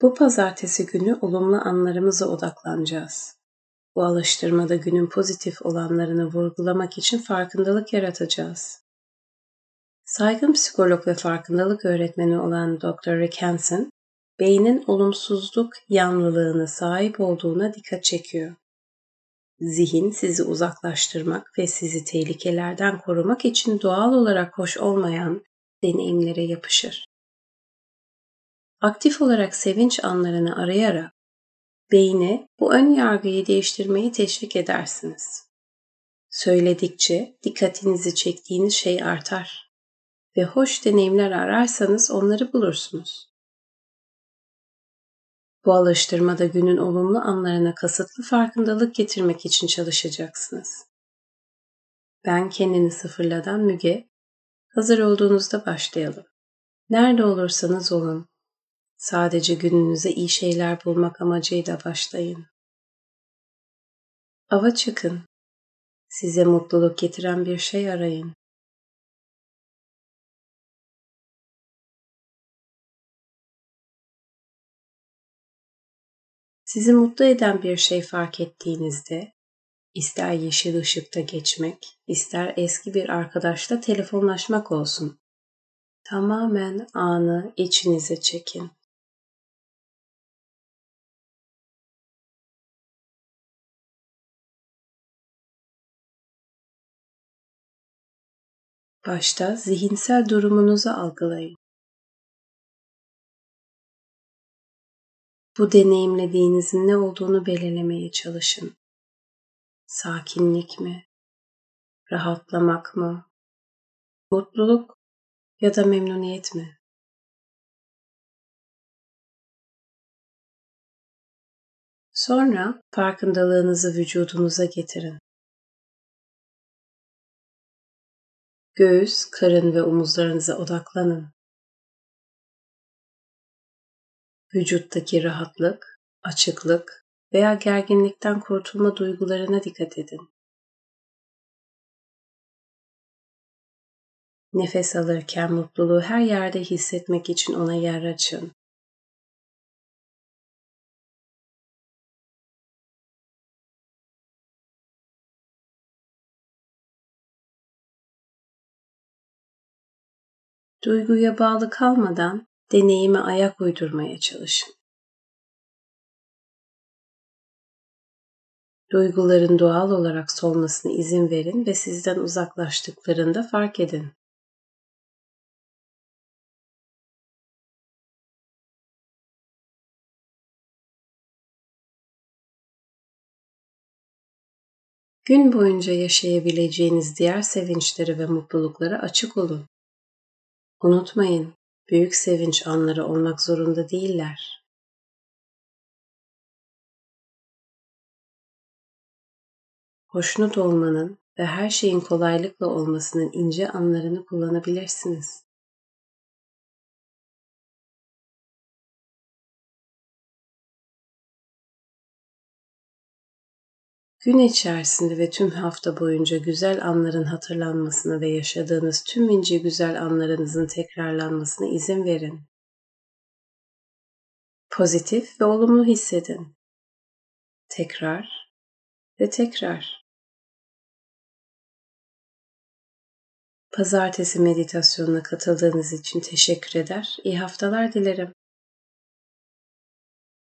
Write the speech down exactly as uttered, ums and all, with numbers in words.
Bu pazartesi günü olumlu anlarımıza odaklanacağız. Bu alıştırmada günün pozitif olanlarını vurgulamak için farkındalık yaratacağız. Saygın psikolog ve farkındalık öğretmeni olan doktor Rick Hanson, beynin olumsuzluk yanlılığına sahip olduğuna dikkat çekiyor. Zihin sizi uzaklaştırmak ve sizi tehlikelerden korumak için doğal olarak hoş olmayan deneyimlere yapışır. Aktif olarak sevinç anlarını arayarak beyne bu ön yargıyı değiştirmeyi teşvik edersiniz. Söyledikçe dikkatinizi çektiğiniz şey artar ve hoş deneyimler ararsanız onları bulursunuz. Bu alıştırmada günün olumlu anlarına kasıtlı farkındalık getirmek için çalışacaksınız. Ben kendini sıfırladan Müge, hazır olduğunuzda başlayalım. Nerede olursanız olun, sadece gününüze iyi şeyler bulmak amacıyla başlayın. Ava çıkın, size mutluluk getiren bir şey arayın. Sizi mutlu eden bir şey fark ettiğinizde, ister yeşil ışıkta geçmek, ister eski bir arkadaşla telefonlaşmak olsun, tamamen anı içinize çekin. Başta zihinsel durumunuzu algılayın. Bu deneyimlediğinizin ne olduğunu belirlemeye çalışın. Sakinlik mi? Rahatlamak mı? Mutluluk ya da memnuniyet mi? Sonra farkındalığınızı vücudunuza getirin. Göğüs, karın ve omuzlarınıza odaklanın. Vücuttaki rahatlık, açıklık veya gerginlikten kurtulma duygularına dikkat edin. Nefes alırken mutluluğu her yerde hissetmek için ona yer açın. Duyguya bağlı kalmadan deneyime ayak uydurmaya çalışın. Duyguların doğal olarak solmasına izin verin ve sizden uzaklaştıklarında fark edin. Gün boyunca yaşayabileceğiniz diğer sevinçleri ve mutluluklara açık olun. Unutmayın, büyük sevinç anları olmak zorunda değiller. Hoşnut olmanın ve her şeyin kolaylıkla olmasının ince anlarını kullanabilirsiniz. Gün içerisinde ve tüm hafta boyunca güzel anların hatırlanmasına ve yaşadığınız tüm ince güzel anlarınızın tekrarlanmasına izin verin. Pozitif ve olumlu hissedin. Tekrar ve tekrar. Pazartesi meditasyonuna katıldığınız için teşekkür eder, iyi haftalar dilerim.